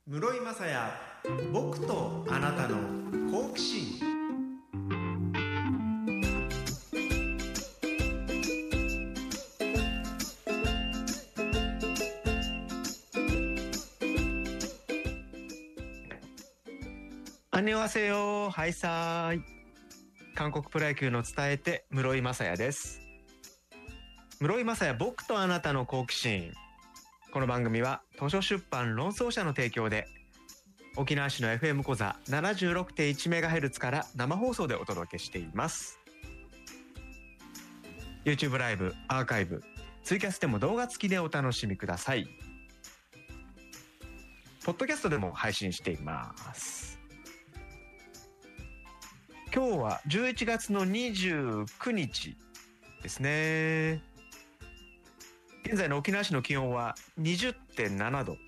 室井雅也、僕とあなたの好奇心。アンニョンハセヨ、ハイサーイ。韓国プロ野球の伝えて室井雅也です。室井雅也、僕とあなたの好奇心。この番組は図書出版論争者の提供で沖縄市の FM コザ 76.1MHz から生放送でお届けしています。 YouTube ライブ、アーカイブ、ツイキャスでも動画付きでお楽しみください。ポッドキャストでも配信しています。今日は11月の29日ですね。現在の沖縄市の気温は 20.7 度。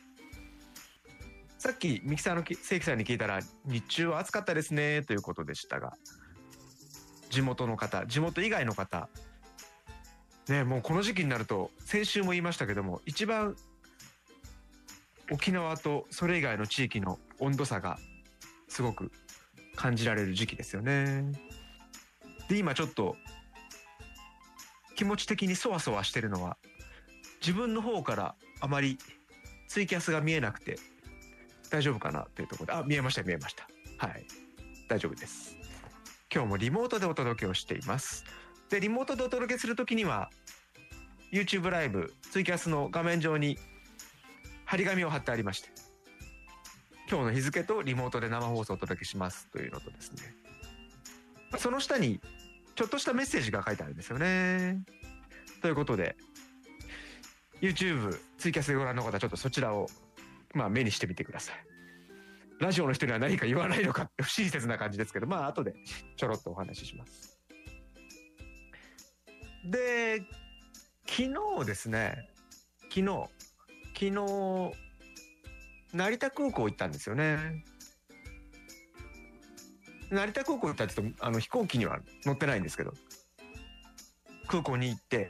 さっきミキサーの関さんに聞いたら日中は暑かったですねということでしたが、地元の方、地元以外の方ね、もうこの時期になると先週も言いましたけども、一番沖縄とそれ以外の地域の温度差がすごく感じられる時期ですよね。で、今ちょっと気持ち的にそわそわしてるのは、自分の方からあまりツイキャスが見えなくて大丈夫かなというところで、見えました。はい、大丈夫です。今日もリモートでお届けをしています。で、リモートでお届けするときには YouTube ライブ、ツイキャスの画面上に張り紙を貼ってありまして、今日の日付とリモートで生放送をお届けしますというのとですね、その下にちょっとしたメッセージが書いてあるんですよね。ということで YouTube、ツイキャスでご覧の方、ちょっとそちらを目にしてみてください。ラジオの人には何か言わないのかって不親切な感じですけど、後でちょろっとお話しします。で、昨日ですね、昨日成田空港行ったんですよね。成田空港行ったって言うと飛行機には乗ってないんですけど、空港に行って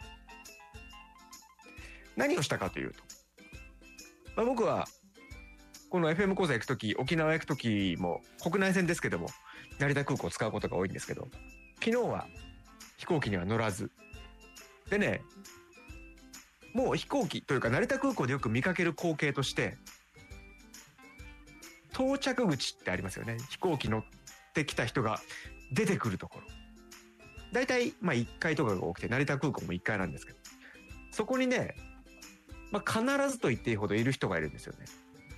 何をしたかというと、僕はこの FM 講座行くとき、沖縄行くときも国内線ですけども成田空港を使うことが多いんですけど、昨日は飛行機には乗らずでね、もう飛行機というか成田空港でよく見かける光景として、到着口ってありますよね。飛行機乗ってきた人が出てくるところ、だいたい1階とかが多くて、成田空港も1階なんですけど、そこにね、必ずと言っていいほどいる人がいるんですよね。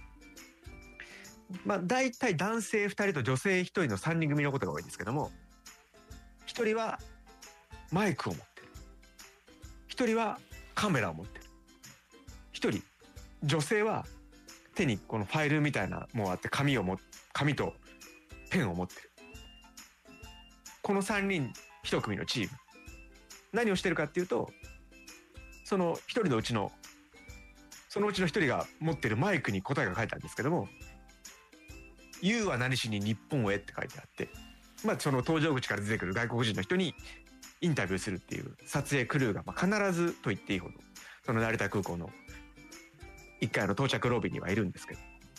だいたい男性2人と女性1人の3人組のことが多いんですけども、1人はマイクを持ってる、1人はカメラを持ってる、1人女性は手にこのファイルみたいなものがあって、紙とペンを持ってる。この3人1組のチーム、何をしてるかっていうと、その1人のうちの1人が持ってるマイクに答えが書いてあるんですけども、 You は何しに日本へって書いてあって、その搭乗口から出てくる外国人の人にインタビューするっていう撮影クルーが必ずと言っていいほどその成田空港の1階の到着ロビーにはいるんですけ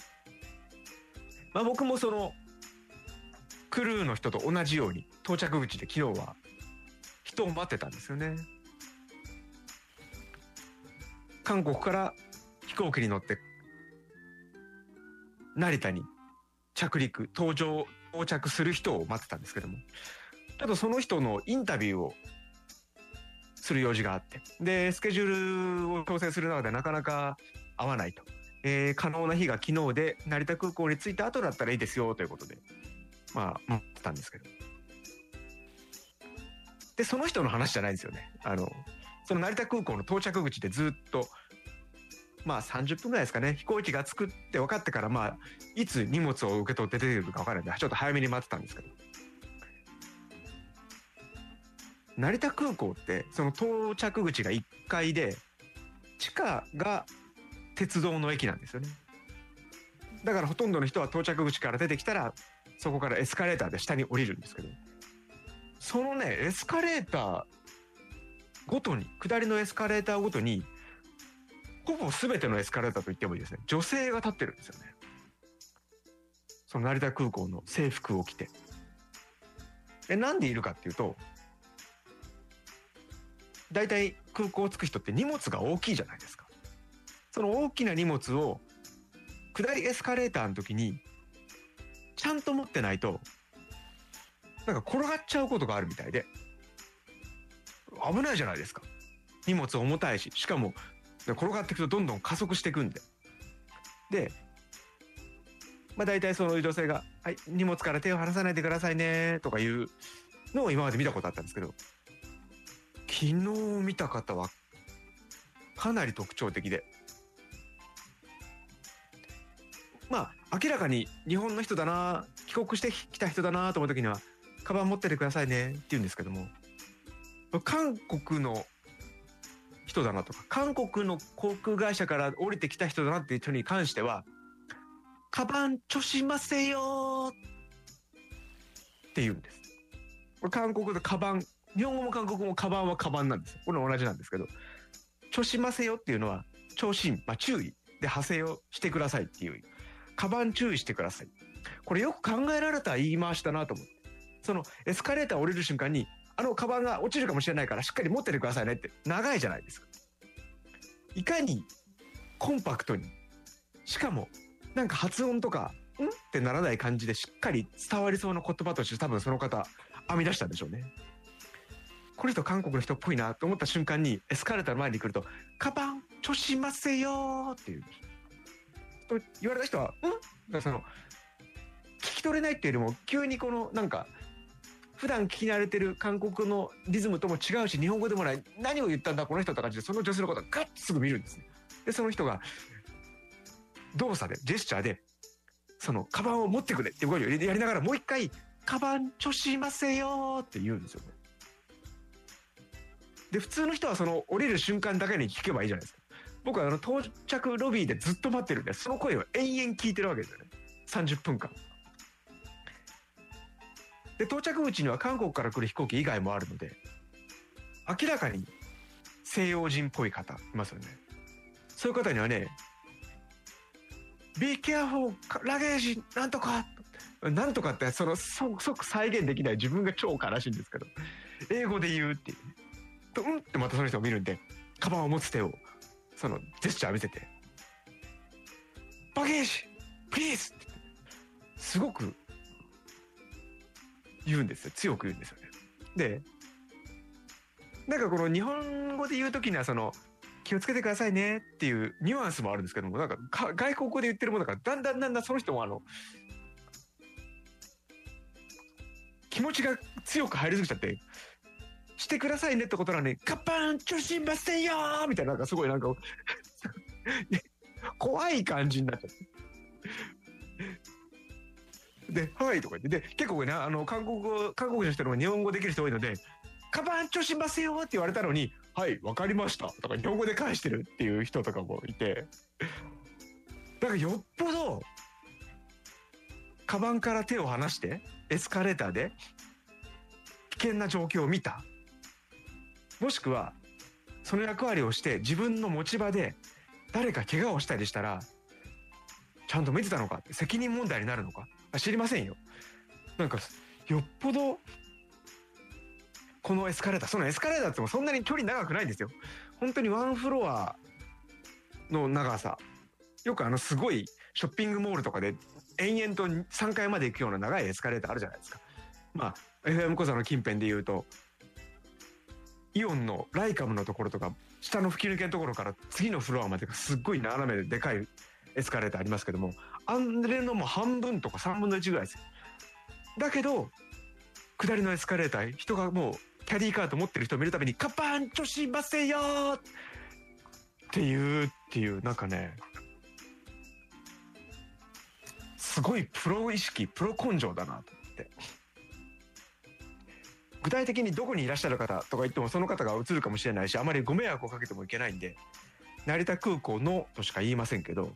ど、僕もそのクルーの人と同じように到着口で昨日は人を待ってたんですよね。韓国から飛行機に乗って成田に到着する人を待ってたんですけども、ちょっとその人のインタビューをする用事があって、でスケジュールを調整する中でなかなか合わないと、可能な日が昨日で、成田空港に着いた後だったらいいですよということで待ってたんですけど、でその人の話じゃないんですよね。その成田空港の到着口でずっと30分ぐらいですかね、飛行機が着くって分かってから、いつ荷物を受け取って出てくるか分からないんで、ちょっと早めに待ってたんですけど、成田空港ってその到着口が1階で、地下が鉄道の駅なんですよね。だからほとんどの人は到着口から出てきたらそこからエスカレーターで下に降りるんですけど、そのね、エスカレーターごとに、下りのエスカレーターごとにほぼ全てのエスカレーターと言ってもいいですね、女性が立ってるんですよね。その成田空港の制服を着て。なんでいるかっていうと、大体空港を着く人って荷物が大きいじゃないですか。その大きな荷物を下りエスカレーターの時にちゃんと持ってないとなんか転がっちゃうことがあるみたいで、危ないじゃないですか。荷物重たいし、しかも転がっていくとどんどん加速していくんで。で、大体その女性が「はい、荷物から手を離さないでくださいね」とかいうのを今まで見たことあったんですけど、昨日見た方はかなり特徴的で、明らかに日本の人だな、帰国してきた人だなと思う時には「カバン持っててくださいね」って言うんですけども、韓国の人だなとか、韓国の航空会社から降りてきた人だなっていう人に関しては「カバンちょしませよ」って言うんです。韓国のカバン、日本語も韓国語もカバンはカバンなんですよ。これ同じなんですけど、ちょしませよっていうのは聴診、注意で派生をしてくださいっていう、カバン注意してください。これよく考えられた言い回しだなと思って、そのエスカレーター降りる瞬間にカバンが落ちるかもしれないからしっかり持っててくださいねって長いじゃないですか。いかにコンパクトに、しかもなんか発音とかんってならない感じでしっかり伝わりそうな言葉として多分その方編み出したんでしょうね。この人韓国の人っぽいなと思った瞬間にエスカレーターの前に来ると「カバンちょしませよ」っていうと言われた人は「ん?」だからその聞き取れないっていうよりも急にこのなんか普段聞き慣れてる韓国のリズムとも違うし日本語でもない、何を言ったんだこの人って感じでその女性のことをガッとすぐ見るんですね。でその人が動作でジェスチャーでそのカバンを持ってくれって声をやりながらもう一回「カバンちょしませよ」って言うんですよね。で普通の人はその降りる瞬間だけに聞けばいいじゃないですか。僕は到着ロビーでずっと待ってるんでその声を延々聞いてるわけですよね、30分間。で到着口には韓国から来る飛行機以外もあるので、明らかに西洋人っぽい方いますよね。そういう方にはね「Be careful ラゲージなんとか」なんとかってその即再現できない自分が超悲しいんですけど、英語で言うっていうね。とうんってまたその人を見るんでカバンを持つ手をそのジェスチャー見せて「バゲージプリーズ」ってすごく言うんですよ、強く言うんですよね。でなんかこの日本語で言う時にはその気をつけてくださいねっていうニュアンスもあるんですけども、なんか外国語で言ってるものだからだんだんその人も気持ちが強く入りすぎちゃってしてくださいねってことなのに「カバンちょしませんよ」みたいな、なんかすごいなんか怖い感じになっちゃってで「はい」とか言ってで結構ね韓国の人も日本語できる人多いので「カバンちょしませよ」って言われたのに「はいわかりました」とか日本語で返してるっていう人とかもいて、だからよっぽどカバンから手を離してエスカレーターで危険な状況を見た、もしくはその役割をして自分の持ち場で誰か怪我をしたりしたらちゃんと見てたのかって責任問題になるのか知りませんよ。なんかよっぽどこのエスカレーター、そのエスカレーターってもそんなに距離長くないんですよ。本当にワンフロアの長さ、よくすごいショッピングモールとかで延々と3階まで行くような長いエスカレーターあるじゃないですか。FM 小座の近辺でいうとイオンのライカムのところとか下の吹き抜けのところから次のフロアまでがすっごい斜めででかいエスカレーターありますけども、あれのもう半分とか3分の1ぐらいですよ。だけど下りのエスカレーター人がもうキャリーカート持ってる人を見るたびに「カバンちょしませよ」っていうなんかねすごいプロ意識プロ根性だなと思って。具体的にどこにいらっしゃる方とか言ってもその方が映るかもしれないしあまりご迷惑をかけてもいけないんで成田空港のとしか言いませんけど、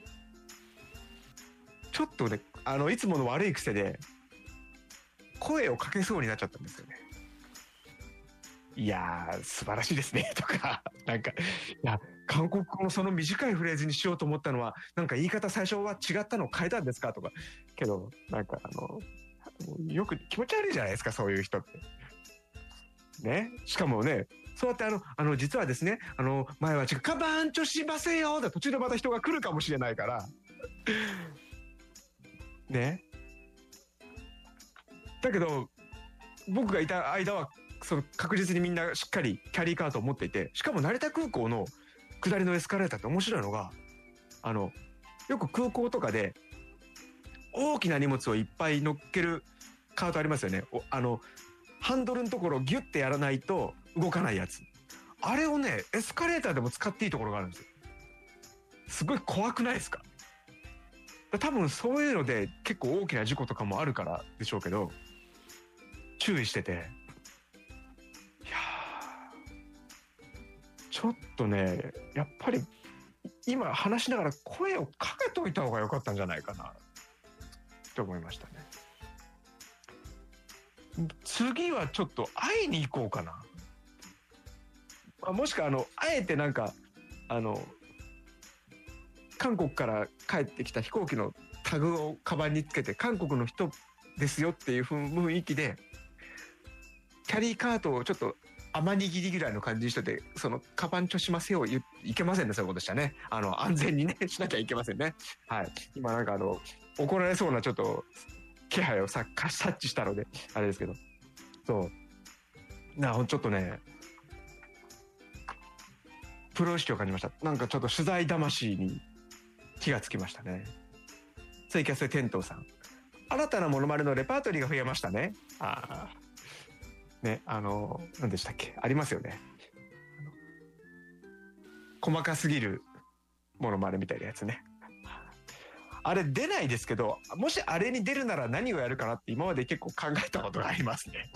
ちょっとねいつもの悪い癖で声をかけそうになっちゃったんですよね。 いやー素晴らしいですねとかなんかいや韓国語のその短いフレーズにしようと思ったのはなんか言い方最初は違ったのを変えたんですかとかけどなんかよく気持ち悪いじゃないですかそういう人ってね。しかもねそうやって実はですね前はカバンチョしませんよで途中でまた人が来るかもしれないからね。だけど僕がいた間はその確実にみんなしっかりキャリーカートを持っていて、しかも成田空港の下りのエスカレーターって面白いのがよく空港とかで大きな荷物をいっぱい乗っけるカートありますよね。ハンドルのところをギュッてやらないと動かないやつ。あれをねエスカレーターでも使っていいところがあるんですよ。すごい怖くないですか？多分そういうので結構大きな事故とかもあるからでしょうけど注意してて、いやちょっとねやっぱり今話しながら声をかけといた方が良かったんじゃないかなと思いましたね。次はちょっと会いに行こうかな。もしくはあえてなんか韓国から帰ってきた飛行機のタグをカバンにつけて韓国の人ですよっていう雰囲気でキャリーカートをちょっと甘握りぐらいの感じにしててそのカバンチョしますよいけませんね。そういうことでしたね。安全にねしなきゃいけませんね。はい。今なんか怒られそうなちょっと気配を察知したのであれですけど、そうちょっとねプロ意識を感じました。なんかちょっと取材魂に気がつきましたね。ツイキャスでテントウさん、新たなモノマネのレパートリーが増えましたね。ね、何でしたっけ、ありますよね。細かすぎるモノマネみたいなやつね。あれ出ないですけど、もしあれに出るなら何をやるかなって今まで結構考えたことがありますね。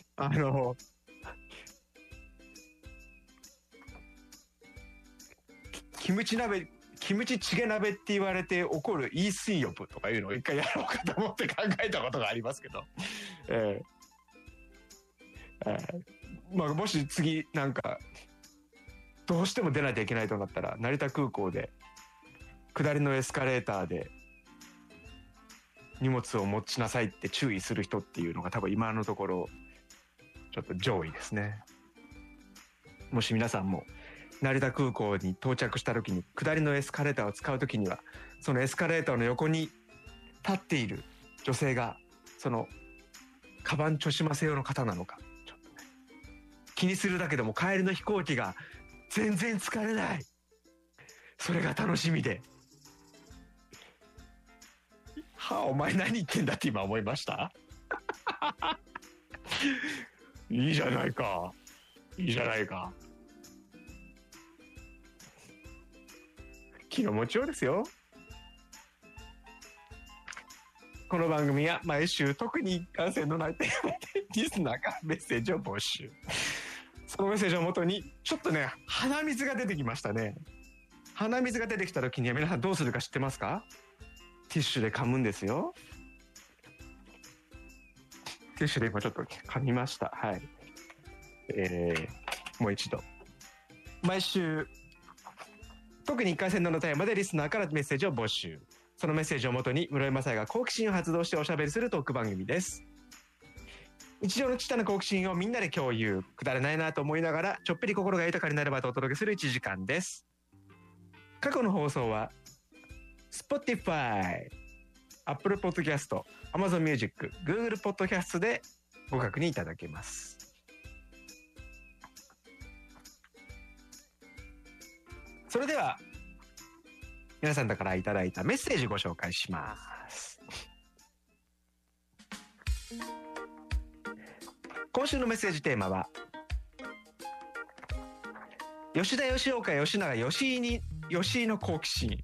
キムチチゲ鍋って言われて怒るイースンヨプとかいうのを一回やろうかと思って考えたことがありますけど、もし次なんかどうしても出ないといけないとなったら成田空港で下りのエスカレーターで荷物を持ちなさいって注意する人っていうのが多分今のところちょっと上位ですね。もし皆さんも成田空港に到着した時に下りのエスカレーターを使う時にはそのエスカレーターの横に立っている女性がそのカバンチョしませよの方なのかちょっとね気にするだけでも帰りの飛行機が全然疲れない、それが楽しみでお前何言ってんだって今思いましたいいじゃないかいいじゃないか、気の持ちようですよ。この番組は毎週特に一貫性のないテーマでリスナーからメッセージを募集。そのメッセージをもとにちょっとね鼻水が出てきましたね。鼻水が出てきた時には皆さんどうするか知ってますか？ティッシュで噛むんですよ。ティッシュで今ちょっと噛みました。はい。もう一度。毎週特に1回戦のテーマでリスナーからメッセージを募集。そのメッセージをもとに室井雅也が好奇心を発動しておしゃべりするトーク番組です。日常のちっちゃな好奇心をみんなで共有、くだらないなと思いながらちょっぴり心が豊かになればとお届けする1時間です。過去の放送は Spotify、Apple Podcast、Amazon Music、Google Podcast でご確認いただけます。それでは皆さんからいただいたメッセージご紹介します。今週のメッセージテーマは吉田吉岡吉永吉井の好奇心。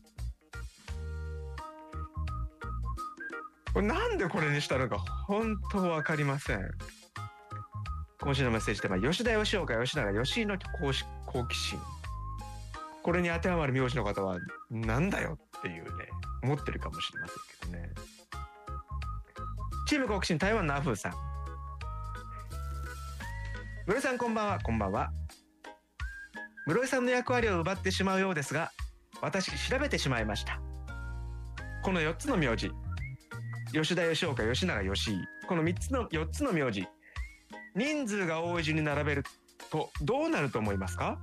これなんでこれにしたのか本当わかりません。今週のメッセージテーマ吉田吉岡吉永吉井の好奇心。これに当てはまる名字の方はなんだよっていうね思ってるかもしれませんけどね。チーム好奇心台湾のアフーさん、 室井さんこんばんは。こんばんは。室井さんの役割を奪ってしまうようですが、私調べてしまいました。この4つの名字、吉田、吉岡、吉永、吉井、この4つの名字、人数が多い順に並べるとどうなると思いますか？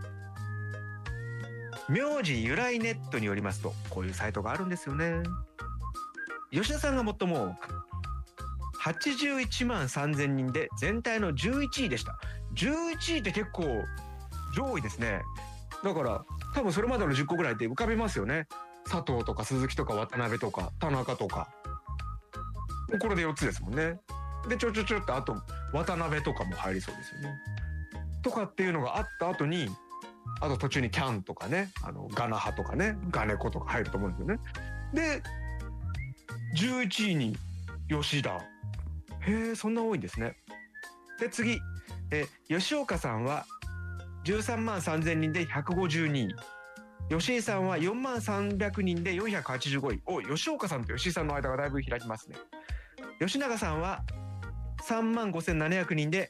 名字由来ネットによりますと、こういうサイトがあるんですよね。吉田さんが最も多く81万3000人で全体の11位でした。11位って結構上位ですね。だから多分それまでの10個ぐらいで浮かびますよね。佐藤とか鈴木とか渡辺とか田中とか、これで4つですもんね。でちょっとあと渡辺とかも入りそうですよね。とかっていうのがあった後に、あと途中にキャンとかね、ガナハとかね、ガネコとか入ると思うんですよね。で11位に吉田。へえ、そんな多いんですね。で次、吉岡さんは13万3000人で152位、吉井さんは4万300人で485位。お、吉岡さんと吉井さんの間がだいぶ開きますね。吉永さんは3万5700人で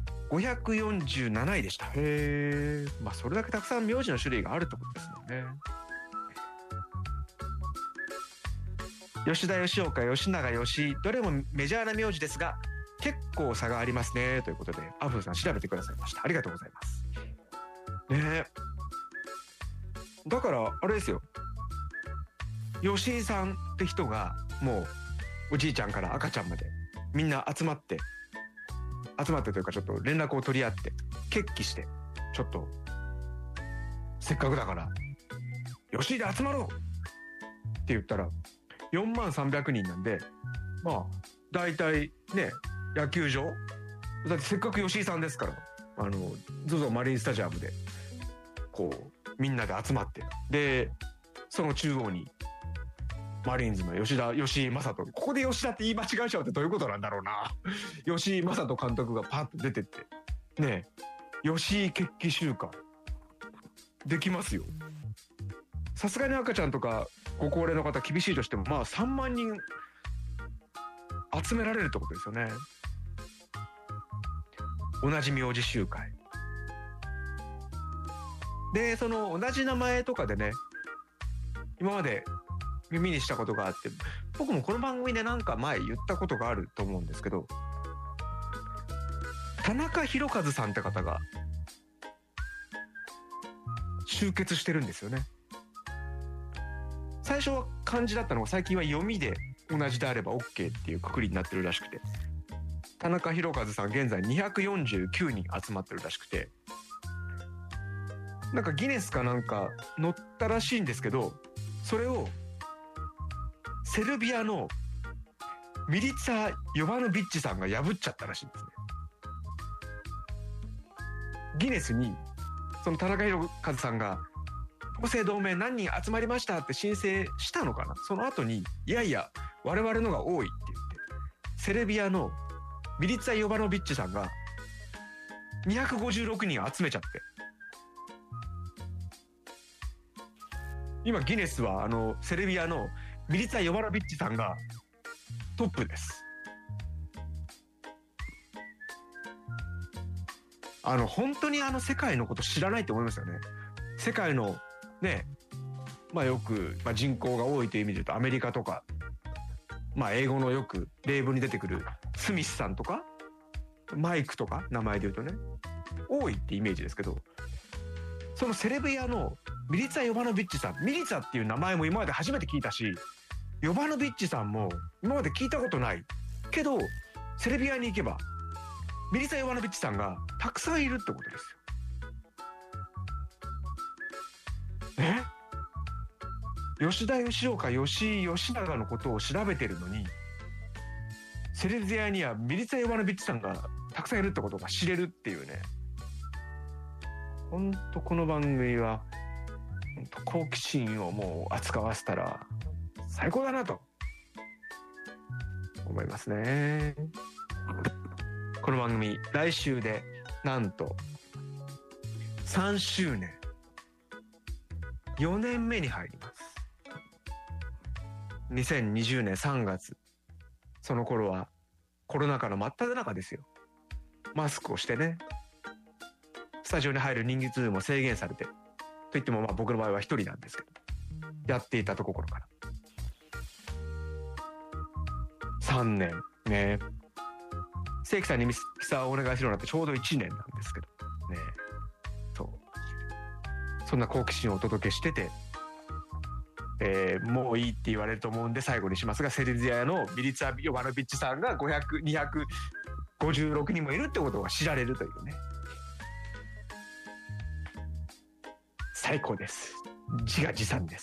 547位でした。へえ、まあそれだけたくさん名字の種類があるってことですもんね。吉田、吉岡、吉永、吉井、どれもメジャーな名字ですが結構差がありますね、ということでアフロさん調べてくださいました。ありがとうございますね。だからあれですよ、吉井さんって人がもうおじいちゃんから赤ちゃんまでみんな集まってというかちょっと連絡を取り合って決起して、ちょっとせっかくだから吉井で集まろうって言ったら4万300人なんで、まあ大体ね、野球場だってせっかく吉井さんですから、ZOZO マリンスタジアムでこうみんなで集まって、でその中央にマリーンズの吉井正人、ここで吉田って言い間違えちゃうってどういうことなんだろうな。吉井正人監督がパッと出てってねえ、吉井決起集会できますよ。さすがに赤ちゃんとかご高齢の方厳しいとしても、まあ3万人集められるってことですよね。同じ名字集会で、その同じ名前とかでね、今まで耳にしたことがあって、僕もこの番組でなんか前言ったことがあると思うんですけど、田中宏和さんって方が集結してるんですよね。最初は漢字だったのが最近は読みで同じであれば OK っていうくくりになってるらしくて、田中宏和さん現在249人集まってるらしくて、なんかギネスかなんか載ったらしいんですけど、それをセルビアのミリツァ・ヨバノビッチさんが破っちゃったらしいんですね。ギネスにその田中宏和さんが同姓同名何人集まりましたって申請したのかな。その後にいやいや我々のが多いって言ってセルビアのミリツァ・ヨバノビッチさんが256人集めちゃって、今ギネスはセルビアのミリツァ・ヨバノビッチさんがトップです。本当に世界のこと知らないと思いますよね。世界のね、まあよく、人口が多いという意味で言うとアメリカとか、英語のよく例文に出てくるスミスさんとかマイクとか名前で言うとね、多いってイメージですけど、そのセルビアのミリツァ・ヨバノビッチさん、ミリツァっていう名前も今まで初めて聞いたし、ヨバノビッチさんも今まで聞いたことないけど、セルビアに行けばミリツァ・ヨバノビッチさんがたくさんいるってことですよ。吉田、吉岡、吉井、吉永のことを調べてるのに、セルビアにはミリツァ・ヨバノビッチさんがたくさんいるってことが知れるっていうね。ほんとこの番組は好奇心をもう扱わせたら最高だなと思いますね。この番組来週でなんと3周年、4年目に入ります。2020年3月、その頃はコロナ禍の真っ只中ですよ。 マスクをしてね、スタジオに入る人数も制限されて、といってもまあ僕の場合は一人なんですけど、やっていたところから3年ね。正規さんにミキサーをお願いするようになってちょうど1年なんですけどね。そんな好奇心をお届けしてて、もういいって言われると思うんで最後にしますが、セルジアのミリツァ・ヨバノビッチさんが256人もいるってことが知られるというね。最高です。自画自賛です。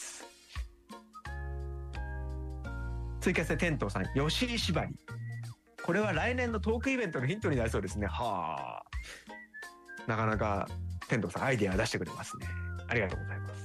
追加して天童さん、吉井縛り、これは来年のトークイベントのヒントになりそうですね。はあ、なかなか天童さんアイデア出してくれますね。ありがとうございます。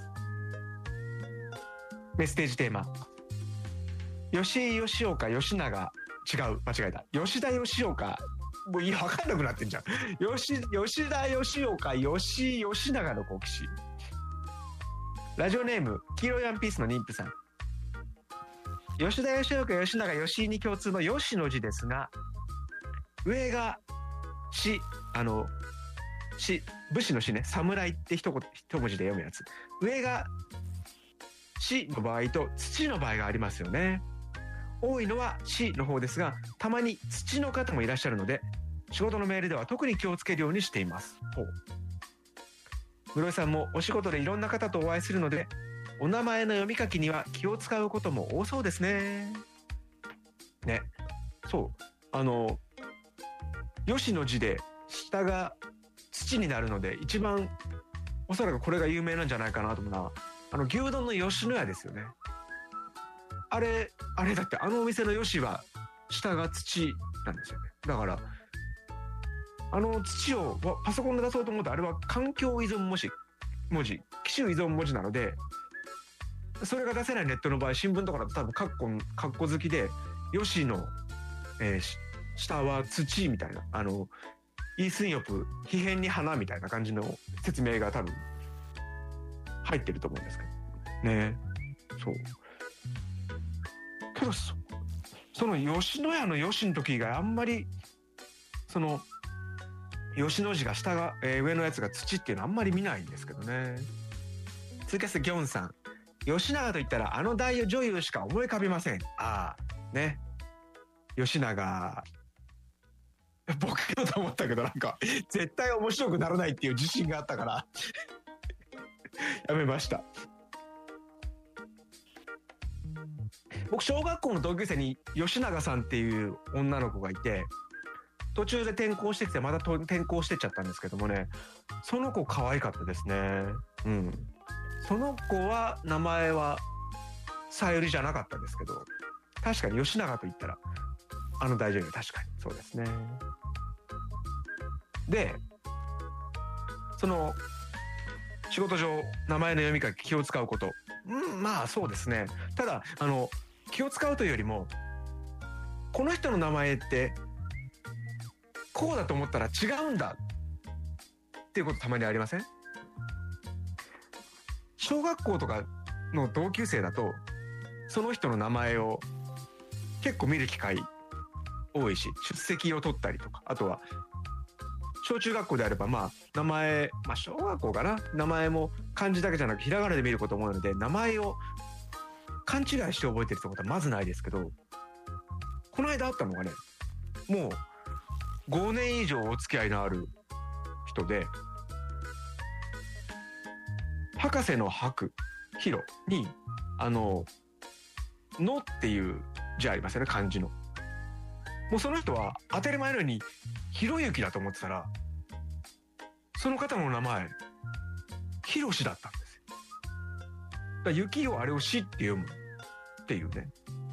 メッセージテーマ、吉井、吉岡、吉永、違う、間違えた、吉田、吉岡、もういい、分かんなくなってんじゃん。吉田、吉岡、吉井、吉永の好奇心。ラジオネーム黄色いワンピースの妊婦さん、吉田、吉岡、吉永、吉井に共通の吉の字ですが、上がし、武士の士ね、侍って一文字で読むやつ、上が士の場合と土の場合がありますよね。多いのは士の方ですが、たまに土の方もいらっしゃるので、仕事のメールでは特に気をつけるようにしています。室井さんもお仕事でいろんな方とお会いするので、お名前の読み書きには気を使うことも多そうですね。ね、そう、吉の字で下が土になるので、一番おそらくこれが有名なんじゃないかなと思うのは、牛丼の吉野家ですよね。あれだってお店の吉は下が土なんですよね。だから土をパソコンで出そうと思うと、あれは環境依存文字、機種依存文字なので、それが出せないネットの場合、新聞とかだと多分カッコ好きで吉の、下は土みたいな、イ・スンヨプ皮変に花みたいな感じの説明が多分入ってると思うんですけどね。そうけど、その吉野家の吉の時以外あんまりその吉の字が下が、上のやつが土っていうのはあんまり見ないんですけどね。追加してギョンさん、吉永といったら大女優しか思い浮かびません。ああね、吉永僕だと思ったけど、なんか絶対面白くならないっていう自信があったからやめました。僕小学校の同級生に吉永さんっていう女の子がいて、途中で転校してきてまた転校してっちゃったんですけどもね、その子可愛かったですね。その子は名前はさゆりじゃなかったですけど、確かに吉永と言ったら大女優、確かにそうですね。で、その仕事上名前の読み書き気を使うこと、まあそうですね。ただ気を使うというよりも、この人の名前ってこうだと思ったら違うんだっていうことたまにありません？小学校とかの同級生だとその人の名前を結構見る機会多いし、出席を取ったりとか、あとは小中学校であれば名前、小学校かな、名前も漢字だけじゃなくひらがなで見ることも多いので、名前を勘違いして覚えてるってことはまずないですけど、この間あったのがね、もう5年以上お付き合いのある人で、博士の博、ひろにのっていう字ありますよね、漢字の。もうその人は当たり前のようにひろゆきだと思ってたら、その方の名前ひろしだったんですよ。だから雪をあれをしって読むっていうね。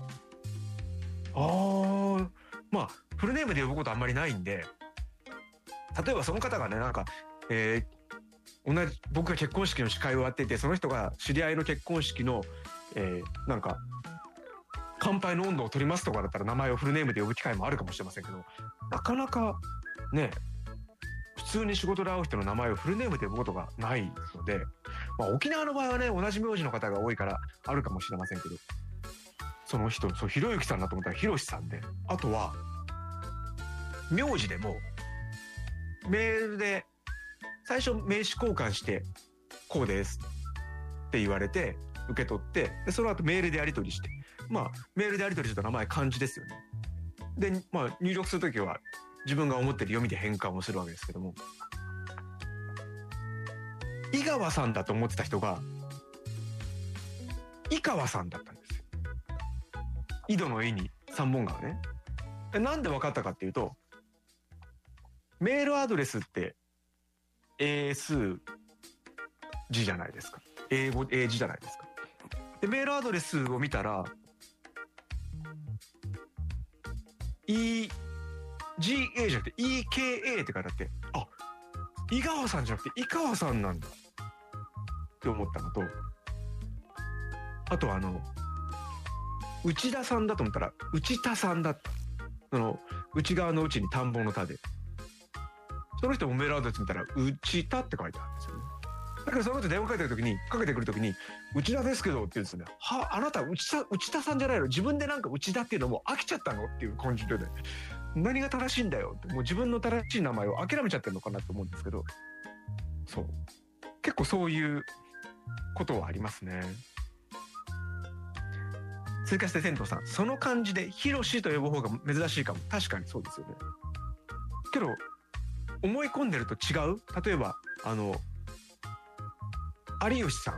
フルネームで呼ぶことあんまりないんで、例えばその方がね、なんか、同じ僕が結婚式の司会をやっていて、その人が知り合いの結婚式の、なんか乾杯の温度を取りますとかだったら名前をフルネームで呼ぶ機会もあるかもしれませんけど、なかなかね、普通に仕事で会う人の名前をフルネームで呼ぶことがないので、沖縄の場合はね、同じ名字の方が多いからあるかもしれませんけど、その人、ひろゆきさんだと思ったらひろしさんで、あとは名字でもメールで最初名刺交換してこうですって言われて受け取って、でその後メールでやり取りして、まあメールでやり取りすると名前漢字ですよね。でまあ入力するときは自分が思ってる読みで変換をするわけですけども、井川さんだと思ってた人が井川さんだったんですよ。井戸の井に三本川ね。なんで分かったかっていうと、メールアドレスって英数字じゃないですか。英字じゃないですか。でメールアドレスを見たら EGA じゃなくて EKA って書いてあって、あ、井川さんじゃなくて井川さんなんだって思ったのと、あと内田さんだと思ったら内田さんだった。その内側の内に田んぼの田で、その人もメールアドレス見たら内田って書いてあるんですよね。だからその人電話かけてくるときに内田ですけどって言うんですよね。は、あなた内田さんじゃないの、自分でなんか内田っていうのも飽きちゃったのっていう感じで、ね、何が正しいんだよって、もう自分の正しい名前を諦めちゃってるのかなと思うんですけど、そう結構そういうことはありますね。追加して銭湯さん、その漢字でヒロシと呼ぶ方が珍しいかも。確かにそうですよね。けど思い込んでると違う。例えば有吉さん、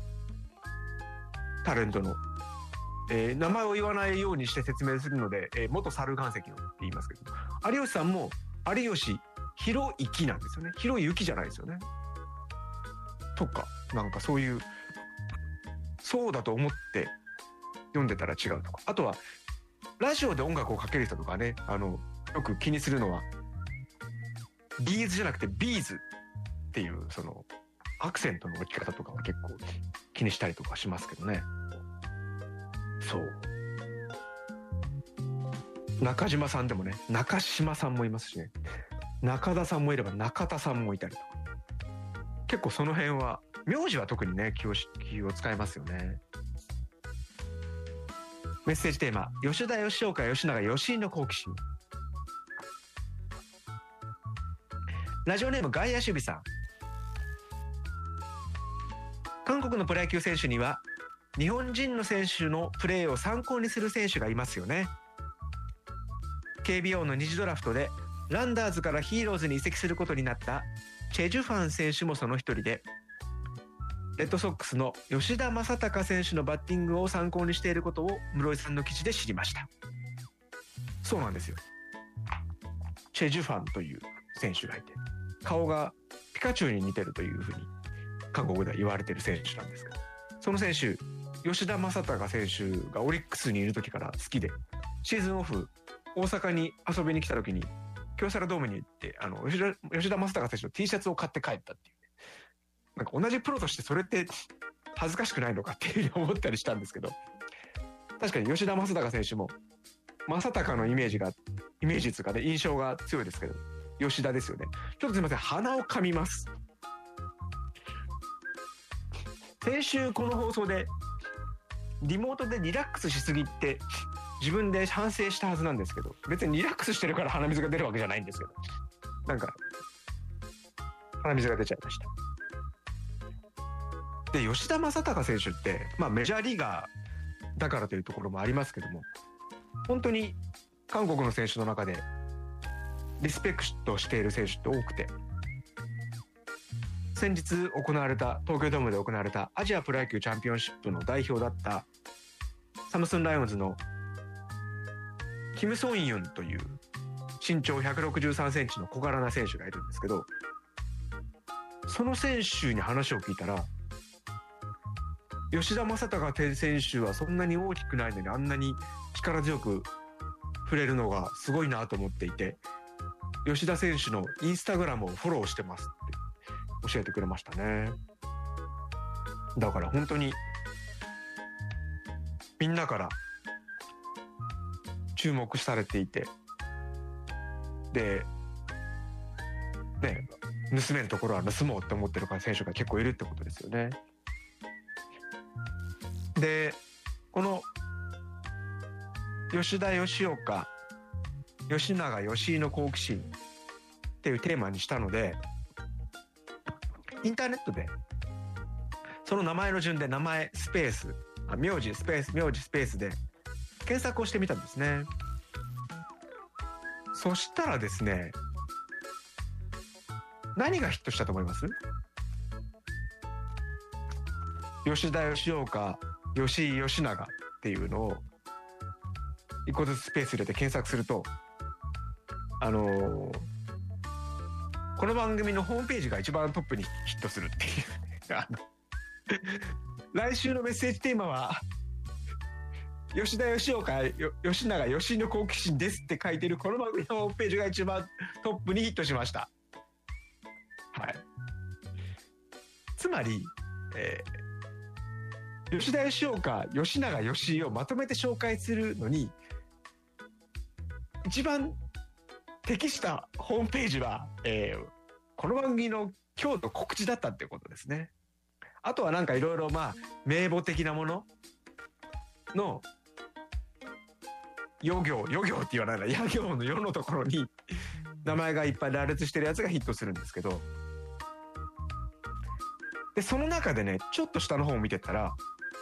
タレントの、名前を言わないようにして説明するので、元猿岩石のって言いますけど、有吉さんも有吉弘之なんですよね。弘之じゃないですよね。とかなんかそういうそうだと思って読んでたら違うとか、あとはラジオで音楽をかける人とかね、よく気にするのはビーズじゃなくてビーズっていうそのアクセントの置き方とかは結構気にしたりとかしますけどね。そう中島さんでもね、中島さんもいますしね、中田さんもいれば中田さんもいたりとか、結構その辺は名字は特にね気を使いますよね。メッセージテーマ、吉田吉岡吉永吉井の好奇心。ラジオネーム外野守備さん、韓国のプロ野球選手には日本人の選手のプレーを参考にする選手がいますよね。KBO の2次ドラフトでランダーズからヒーローズに移籍することになったチェ・ジュファン選手もその一人で、レッドソックスの吉田正尚選手のバッティングを参考にしていることを室井さんの記事で知りました。そうなんですよ。チェ・ジュファンという選手がいて、顔がピカチュウに似てるというふうに韓国では言われている選手なんですけど、その選手、吉田正尚選手がオリックスにいる時から好きで、シーズンオフ大阪に遊びに来た時に京セラドームに行って吉田正尚選手の T シャツを買って帰ったっていう、ね、なんか同じプロとしてそれって恥ずかしくないのかっていうふうに思ったりしたんですけど、確かに吉田正尚選手も正尚のイメージというかね、印象が強いですけど、吉田ですよね。ちょっとすいません、鼻を噛みます。先週この放送でリモートでリラックスしすぎって自分で反省したはずなんですけど、別にリラックスしてるから鼻水が出るわけじゃないんですけど、なんか鼻水が出ちゃいました。で吉田正尚選手って、まあ、メジャーリーガーだからというところもありますけども、本当に韓国の選手の中でリスペクトしている選手って多くて、先日行われた東京ドームで行われたアジアプロ野球チャンピオンシップの代表だったサムスンライオンズのキム・ソンユンという身長163センチの小柄な選手がいるんですけど、その選手に話を聞いたら、吉田正尚選手はそんなに大きくないのにあんなに力強く触れるのがすごいなと思っていて、吉田選手のインスタグラムをフォローしてますって教えてくれましたね。だから本当にみんなから注目されていて、でね、盗めるところは盗もうって思ってる選手が結構いるってことですよね。でこの吉田吉岡吉永吉井の好奇心、 っていうテーマにしたので、インターネットでその名前の順で名前スペース名字スペース名字スペースで検索をしてみたんですね。そしたらですね、何がヒットしたと思います？吉田吉岡吉井吉永っていうのを一個ずつスペース入れて検索すると、この番組のホームページが一番トップにヒットするっていう来週のメッセージテーマは吉田吉岡吉永吉井の好奇心ですって書いてるこの番組のホームページが一番トップにヒットしました。はい。つまり、吉田吉岡吉永吉井をまとめて紹介するのに一番適したホームページは、この番組の今日の告知だったってことですね。あとはなんかいろいろ名簿的なものの予行って言わないな、野行の世のところに名前がいっぱい羅列してるやつがヒットするんですけど、でその中でね、ちょっと下の方を見てたら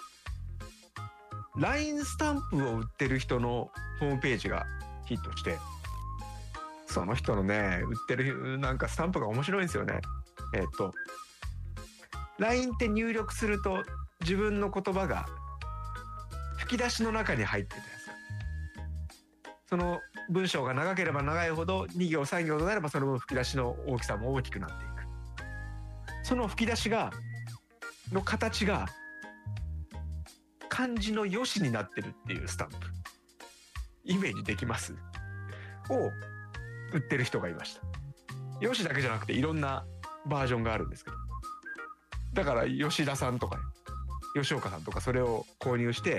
LINE スタンプを売ってる人のホームページがヒットして、その人のね売ってるなんかスタンプが面白いんですよね。LINE って入力すると自分の言葉が吹き出しの中に入ってるやつ、その文章が長ければ長いほど2行3行となればその分吹き出しの大きさも大きくなっていく。その吹き出しの形が漢字のよしになってるっていうスタンプ、イメージできますを売ってる人がいました。よしだけじゃなくていろんなバージョンがあるんですけど、だから吉田さんとか吉岡さんとかそれを購入して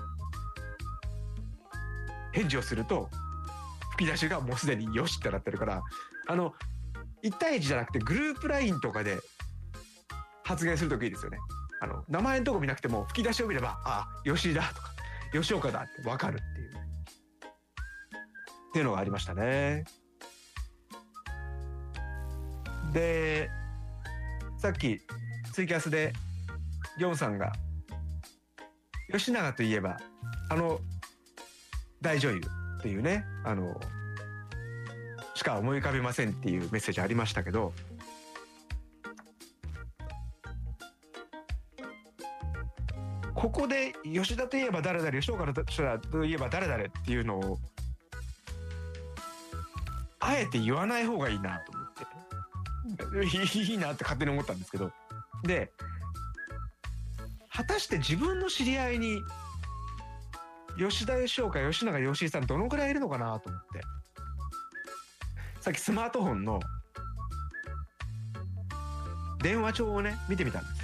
返事をすると吹き出しがもうすでによしってなってるから、1対1じゃなくてグループ LINE とかで発言するときいいですよね。名前のとこ見なくても吹き出しを見れば、あ、吉田とか吉岡だって分かるっていうのがありましたね。でさっきツイキャスでギョンさんが吉永といえば大女優っていうねしか思い浮かびませんっていうメッセージありましたけど、ここで吉田といえば誰々吉岡といえば誰々っていうのをあえて言わない方がいいなと思っていいなって勝手に思ったんですけど、で果たして自分の知り合いに吉田吉岡吉永吉井さんどのくらいいるのかなと思って、さっきスマートフォンの電話帳をね見てみたんです。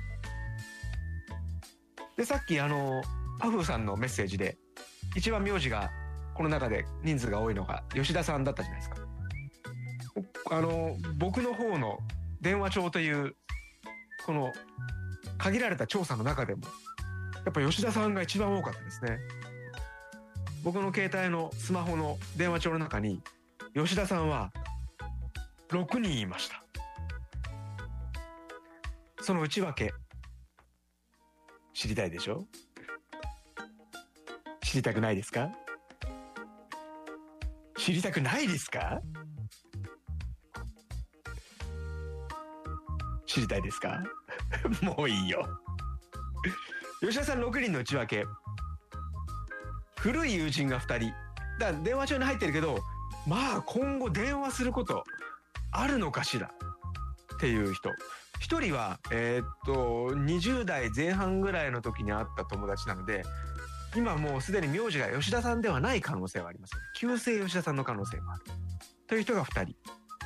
でさっきアフーさんのメッセージで一番名字がこの中で人数が多いのが吉田さんだったじゃないですか。僕の方の電話帳というこの限られた調査の中でもやっぱ吉田さんが一番多かったですね。僕の携帯のスマホの電話帳の中に吉田さんは6人いました。その内訳知りたいでしょ？知りたくないですか？知りたくないですか？知りたいですか？もういいよ。吉田さん6人の内訳、古い友人が2人だから電話帳に入ってるけど、まあ今後電話することあるのかしらっていう人、1人は20代前半ぐらいの時に会った友達なので今もうすでに名字が吉田さんではない可能性はあります。旧姓吉田さんの可能性もあるという人が2人、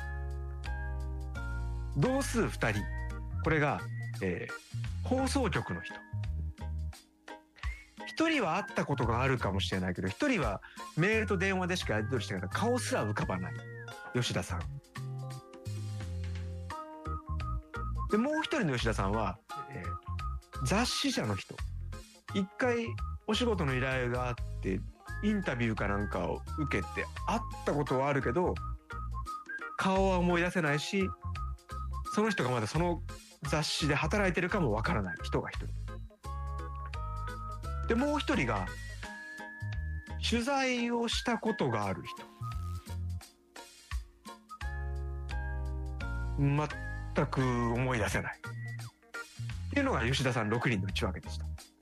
同数2人、これが、放送局の人。1人は会ったことがあるかもしれないけど、1人はメールと電話でしかやり取りしてないから顔すら浮かばない吉田さんで、もう1人の吉田さんは、雑誌社の人。1回お仕事の依頼があってインタビューかなんかを受けて会ったことはあるけど顔は思い出せないし、その人がまだその雑誌で働いてるかもわからない人が一人で、もう一人が取材をしたことがある人、全く思い出せないっていうのが吉田さん6人の内訳でした。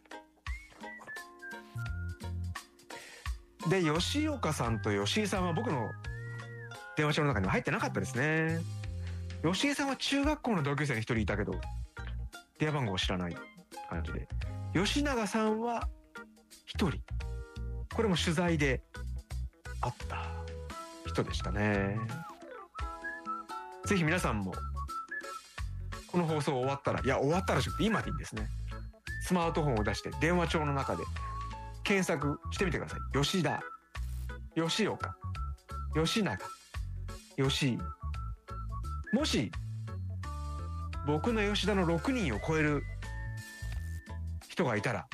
で、吉岡さんと吉井さんは僕の電話帳の中には入ってなかったですね。吉井さんは中学校の同級生に一人いたけど電話番号を知らない感じで、吉永さんは一人、これも取材で会った人でしたね。ぜひ皆さんもこの放送終わったら、いや終わったらじゃなくて今でいいんですね、スマートフォンを出して電話帳の中で検索してみてください。吉田、吉岡、吉永、吉井。もし僕の吉田の6人を超える人がいたら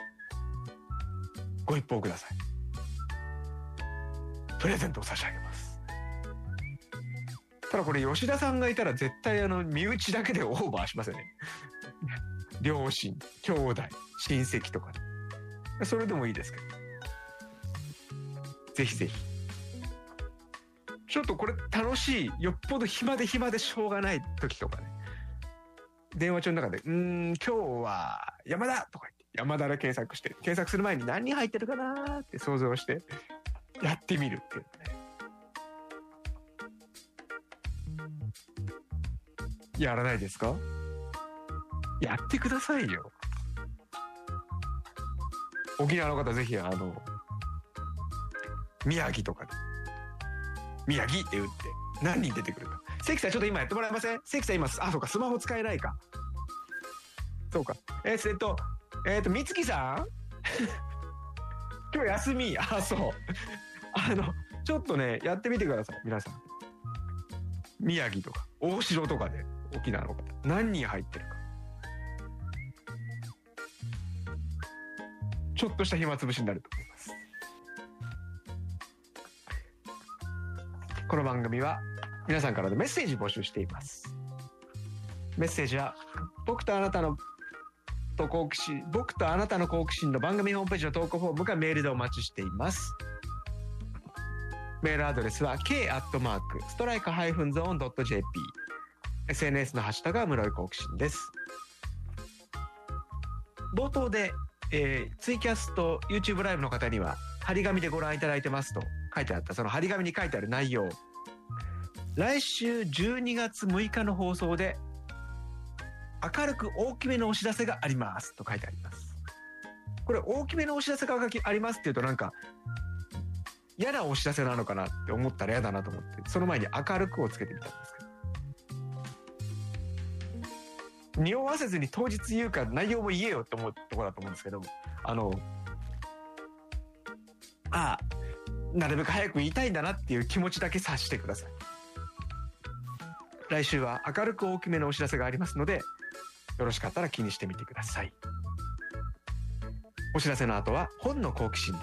ご一報ください。プレゼントを差し上げます。ただこれ吉田さんがいたら絶対身内だけでオーバーしますよね両親、兄弟、親戚とかで、それでもいいですけど、ぜひぜひ。ちょっとこれ楽しい、よっぽど暇でしょうがない時とかね、電話帳の中で今日は山田とか言って山田で検索して、検索する前に何人入ってるかなって想像してやってみるっていうね。やらないですか？やってくださいよ。沖縄の方ぜひ宮城とかで宮城って打って何人出てくるか。関さんちょっと今やってもらえません？関さん今そうかスマホ使えないか。そうか。美月さん今日休み。そうちょっとねやってみてください皆さん。宮城とか大城とかで沖縄の方何人入ってるか、ちょっとした暇つぶしになると思います。この番組は皆さんからのメッセージ募集しています。メッセージは僕とあなたの好奇心の番組ホームページの投稿フォームかメールでお待ちしています。メールアドレスは k@strike-zone.jp、 SNS のハッシュタグは室井好奇心です。冒頭で、ツイキャスと YouTube ライブの方には張り紙でご覧いただいてますと書いてあった、その張り紙に書いてある内容、来週12月6日の放送で明るく大きめのお知らせがありますと書いてあります。これ大きめのお知らせがありますっていうとなんか嫌なお知らせなのかなって思ったら嫌だなと思って、その前に明るくをつけてみたんですけど、匂わせずに当日言うか内容も言えよって思うところだと思うんですけど、なるべく早く言いたいんだなっていう気持ちだけ察してください。来週は明るく大きめのお知らせがありますので、よろしかったら気にしてみてください。お知らせの後は本の好奇心です。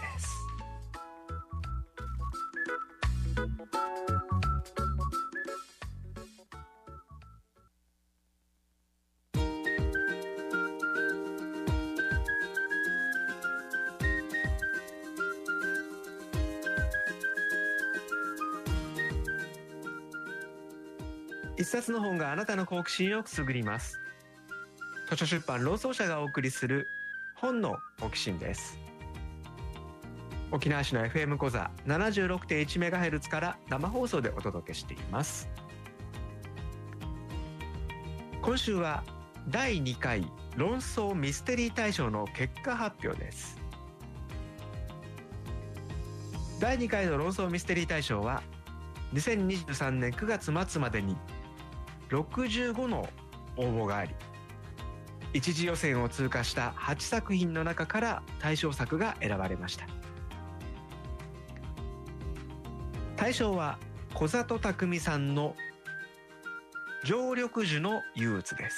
一冊の本があなたの好奇心をくすぐります。図書出版労総社がお送りする本の好奇心です。沖縄市の FM コザ 76.1MHz から生放送でお届けしています。今週は第2回論争ミステリー大賞の結果発表です。第2回の論争ミステリー大賞は2023年9月末までに65の応募があり、一次予選を通過した8作品の中から大賞作が選ばれました。大賞は小里匠さんの常緑樹の憂鬱です。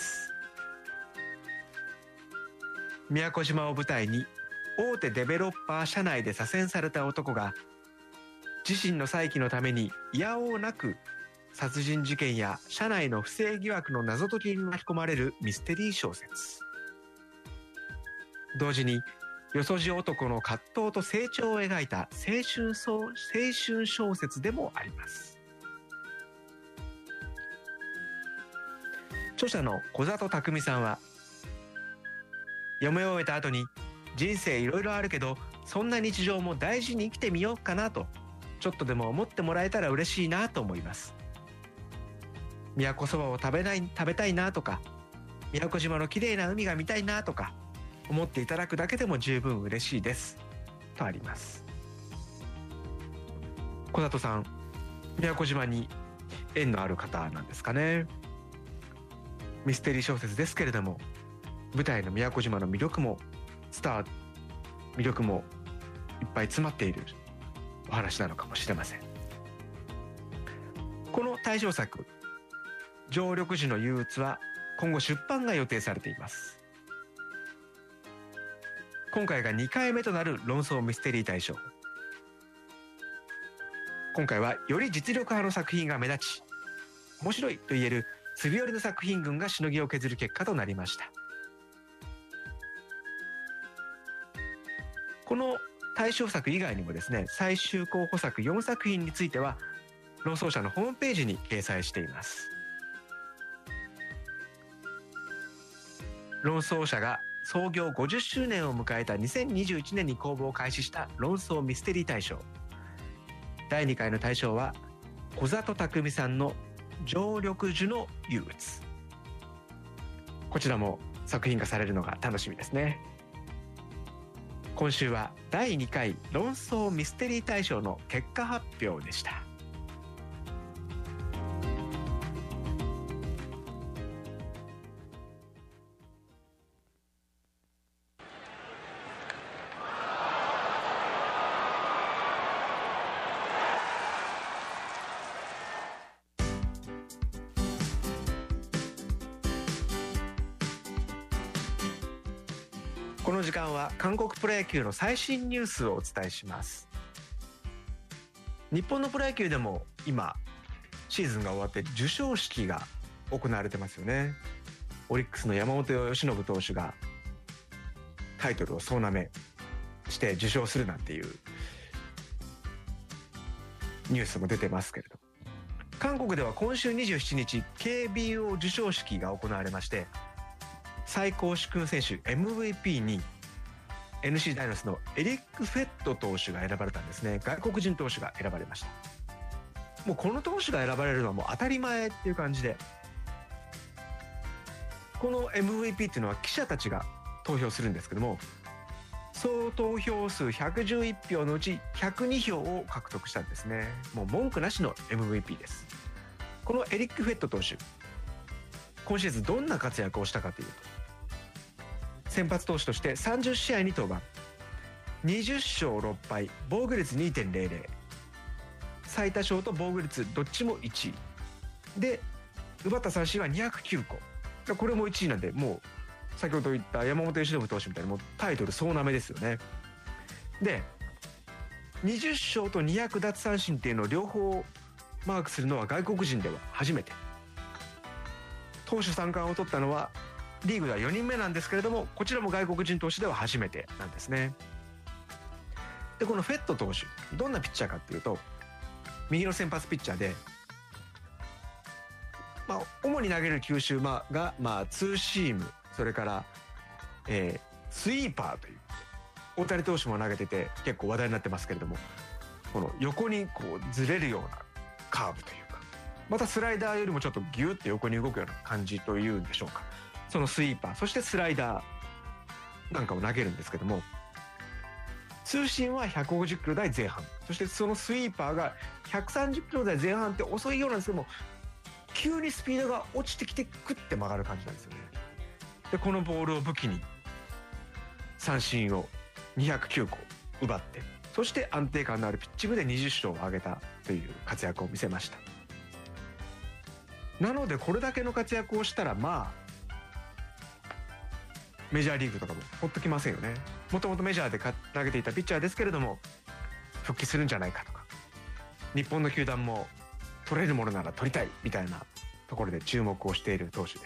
宮古島を舞台に大手デベロッパー社内で左遷された男が自身の再起のためにいやおうなく殺人事件や社内の不正疑惑の謎解きに巻き込まれるミステリー小説。同時によそじ男の葛藤と成長を描いた青春小説でもあります。著者の小里匠さんは、読み終えた後に人生いろいろあるけどそんな日常も大事に生きてみようかなとちょっとでも思ってもらえたら嬉しいなと思います。宮古そばを食べたいなとか、宮古島の綺麗な海が見たいなとか思っていただくだけでも十分嬉しいですとあります。小里さん、宮古島に縁のある方なんですかね。ミステリー小説ですけれども、舞台の宮古島の魅力も魅力もいっぱい詰まっているお話なのかもしれません。この大賞作常緑樹の憂鬱は今後出版が予定されています。今回が2回目となる論争ミステリー大賞。今回はより実力派の作品が目立ち、面白いと言えるすり寄りの作品群がしのぎを削る結果となりました。この大賞作以外にもですね、最終候補作4作品については論争者のホームページに掲載しています。論争者が創業50周年を迎えた2021年に公募を開始した論争ミステリー大賞。第2回の大賞は小里匠さんの常緑樹の憂鬱。こちらも作品化されるのが楽しみですね。今週は第2回論争ミステリー大賞の結果発表でした。この時間は韓国プロ野球の最新ニュースをお伝えします。日本のプロ野球でも今シーズンが終わって授賞式が行われてますよね。オリックスの山本由伸投手がタイトルを総なめして受賞するなんていうニュースも出てますけれど、韓国では今週27日 KBO 授賞式が行われまして、最高主勲選手 MVP に NC ダイノスのエリック・フェット投手が選ばれたんですね。外国人投手が選ばれました。もうこの投手が選ばれるのはもう当たり前っていう感じで、この MVP っていうのは記者たちが投票するんですけども、総投票数111票のうち102票を獲得したんですね。もう文句なしの MVP です。このエリック・フェット投手、今シーズンどんな活躍をしたかというと、先発投手として30試合に登板、20勝6敗、防御率 2.00、 最多勝と防御率どっちも1位で、奪った三振は209個、これも1位なんで、もう先ほど言った山本由伸投手みたいにもうタイトル総なめですよね。で20勝と200奪三振っていうのを両方マークするのは外国人では初めて。投手三冠を取ったのはリーグでは4人目なんですけれども、こちらも外国人投手では初めてなんですね。でこのフェット投手、どんなピッチャーかっていうと、右の先発ピッチャーで、主に投げる球種がツーシーム、それから、スイーパーという、大谷投手も投げてて結構話題になってますけれども、この横にこうずれるようなカーブというか、またスライダーよりもちょっとギューって横に動くような感じというんでしょうか、そのスイーパー、そしてスライダーなんかを投げるんですけども、通信は150キロ台前半、そしてそのスイーパーが130キロ台前半って遅いようなんですけども、急にスピードが落ちてきてクッて曲がる感じなんですよね。でこのボールを武器に三振を209個奪って、そして安定感のあるピッチングで20勝を挙げたという活躍を見せました。なのでこれだけの活躍をしたら、メジャーリーグとかもほっときませんよね。もともとメジャーで投げていたピッチャーですけれども復帰するんじゃないかとか、日本の球団も取れるものなら取りたいみたいなところで注目をしている投手です。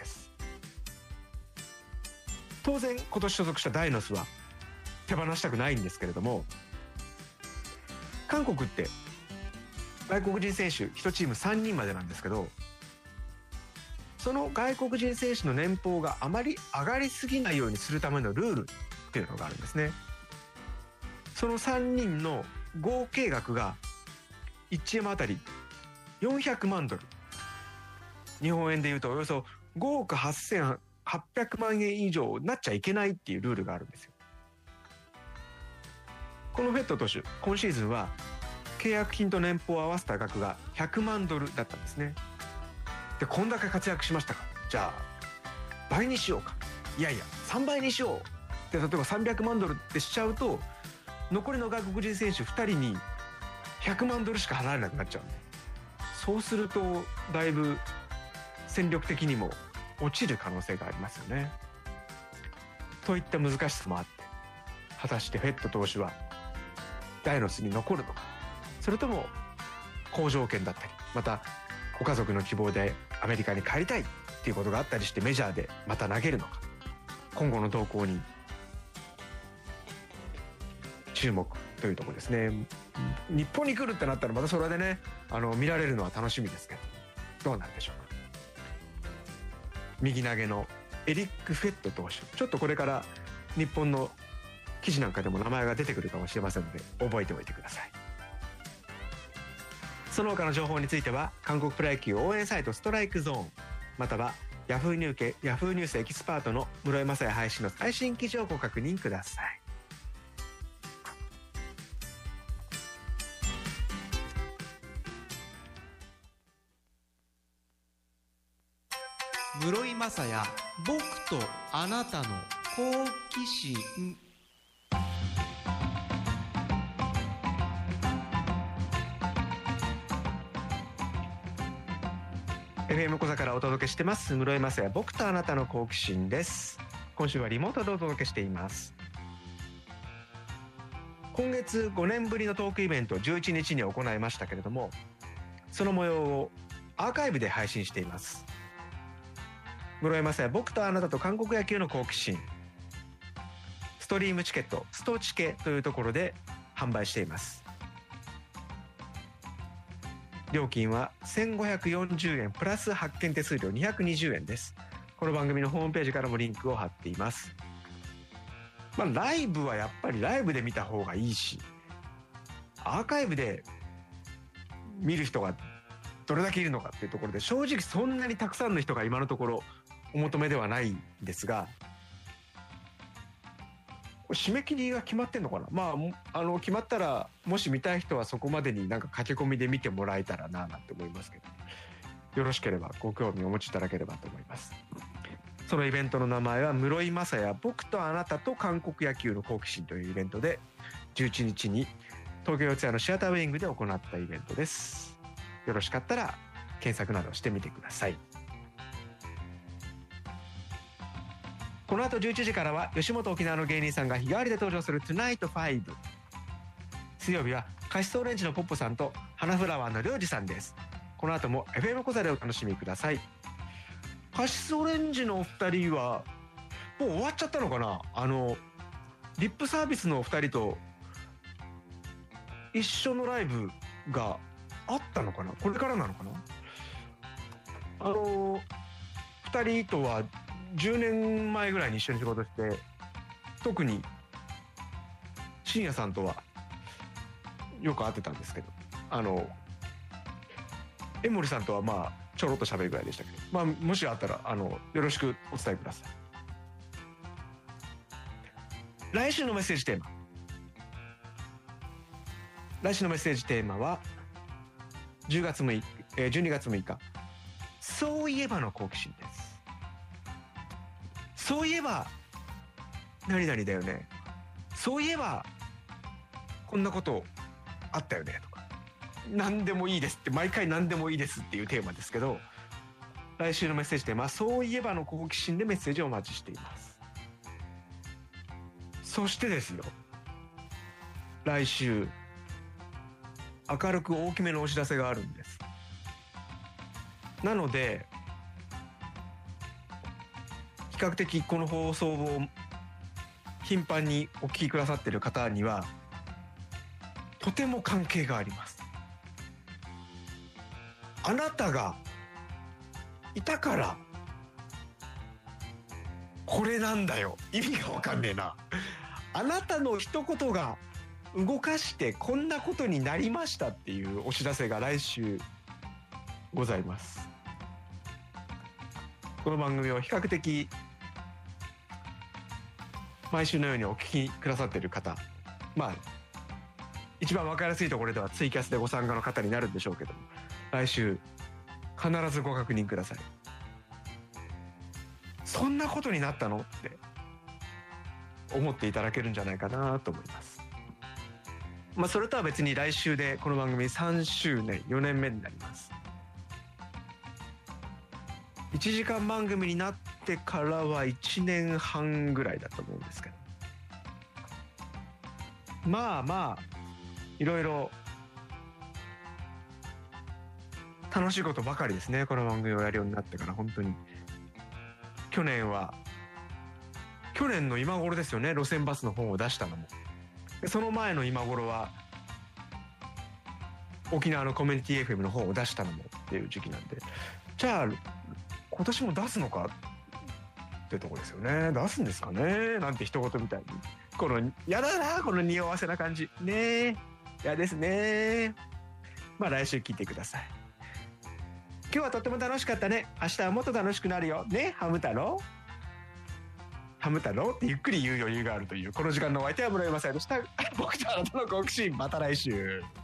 当然今年所属したダイノスは手放したくないんですけれども、韓国って外国人選手1チーム3人までなんですけど、その外国人選手の年俸があまり上がりすぎないようにするためのルールっていうのがあるんですね。その3人の合計額が1チームあたり400万ドル、日本円でいうとおよそ5億8800万円以上になっちゃいけないっていうルールがあるんですよ。このフェット投手、今シーズンは契約金と年俸を合わせた額が100万ドルだったんですね。で、こんだけ活躍しましたから、じゃあ倍にしようか、いやいや3倍にしようって、例えば300万ドルってしちゃうと、残りの外国人選手2人に100万ドルしか払えなくなっちゃうんで、そうするとだいぶ戦力的にも落ちる可能性がありますよね。といった難しさもあって、果たしてフェット投手はダイノスに残るのか、それとも好条件だったり、またご家族の希望でアメリカに帰りたいっていうことがあったりしてメジャーでまた投げるのか、今後の動向に注目というところですね。日本に来るってなったらまたそれでね、見られるのは楽しみですけど、どうなるでしょうか。右投げのエリック・フェット投手、ちょっとこれから日本の記事なんかでも名前が出てくるかもしれませんので覚えておいてください。その他の情報については韓国プロ野球応援サイトストライクゾーン、またはヤフーニュースエキスパートの室井雅也配信の最新記事をご確認ください。 室井雅也、僕とあなたの好奇心。 FM 小座からお届けしてます室井雅也、僕とあなたの好奇心です。今週はリモートでお届けしています。今月5年ぶりのトークイベントを11日に行いましたけれども、その模様をアーカイブで配信しています。室井雅也、僕とあなたと韓国野球の好奇心、ストリームチケットストチケというところで販売しています。料金は1540円プラス発券手数料220円です。この番組のホームページからもリンクを貼っています。ライブはやっぱりライブで見た方がいいし、アーカイブで見る人がどれだけいるのかっていうところで、正直そんなにたくさんの人が今のところお求めではないんですが、締め切りが決まってんのかな。決まったらもし見たい人はそこまでになんか駆け込みで見てもらえたらななんて思いますけど、よろしければご興味をお持ちいただければと思います。そのイベントの名前は室井雅也、僕とあなたと韓国野球の好奇心というイベントで、11日に東京四谷のシアターウィングで行ったイベントです。よろしかったら検索などしてみてください。この後11時からは吉本沖縄の芸人さんが日替わりで登場する Tonight 5。水曜日はカシスオレンジのポッポさんと花フラワーのりょうじさんです。この後も FM 小座でお楽しみください。カシスオレンジのお二人はもう終わっちゃったのかな。リップサービスのお二人と一緒のライブがあったのかな、これからなのかな。二人とは10年前ぐらいに一緒に仕事して、特に深夜さんとはよく会ってたんですけど、江森さんとはちょろっと喋るぐらいでしたけど、もしあったらよろしくお伝えください。来週のメッセージテーマは12月6日、そういえばの好奇心です。そういえば何々だよね、そういえばこんなことあったよねとか、何でもいいですって、毎回何でもいいですっていうテーマですけど、来週のメッセージテーマはそういえばの好奇心でメッセージをお待ちしています。そしてですよ、来週明るく大きめのお知らせがあるんです。 なので比較的この放送を頻繁にお聞きくださっている方にはとても関係があります。あなたがいたからこれなんだよ。意味がわかんねえな。あなたの一言が動かしてこんなことになりましたっていうお知らせが来週ございます。この番組を比較的毎週のようにお聞きくださっている方、まあ一番分かりやすいところではツイキャスでご参加の方になるんでしょうけども、来週必ずご確認ください。そんなことになったのって思っていただけるんじゃないかなと思います。まあそれとは別に来週でこの番組3周年4年目になります。1時間番組になってからは1年半ぐらいだと思うんですけど、まあいろいろ楽しいことばかりですね。この番組をやるようになってから本当に。去年の今頃ですよね、路線バスの本を出したのも。その前の今頃は沖縄のコミュニティ FM の本を出したのもっていう時期なんで、じゃあ今年も出すのかってとこですよね。出すんですかねなんて一言みたいに、このやだな、この匂わせな感じねえ、やですね。まあ来週聞いてください。今日はとっても楽しかったね。明日はもっと楽しくなるよね、ハム太郎。ハム太郎ってゆっくり言う余裕があるというこの時間のお相手は室山さやでした。僕とあなたの好奇心、また来週。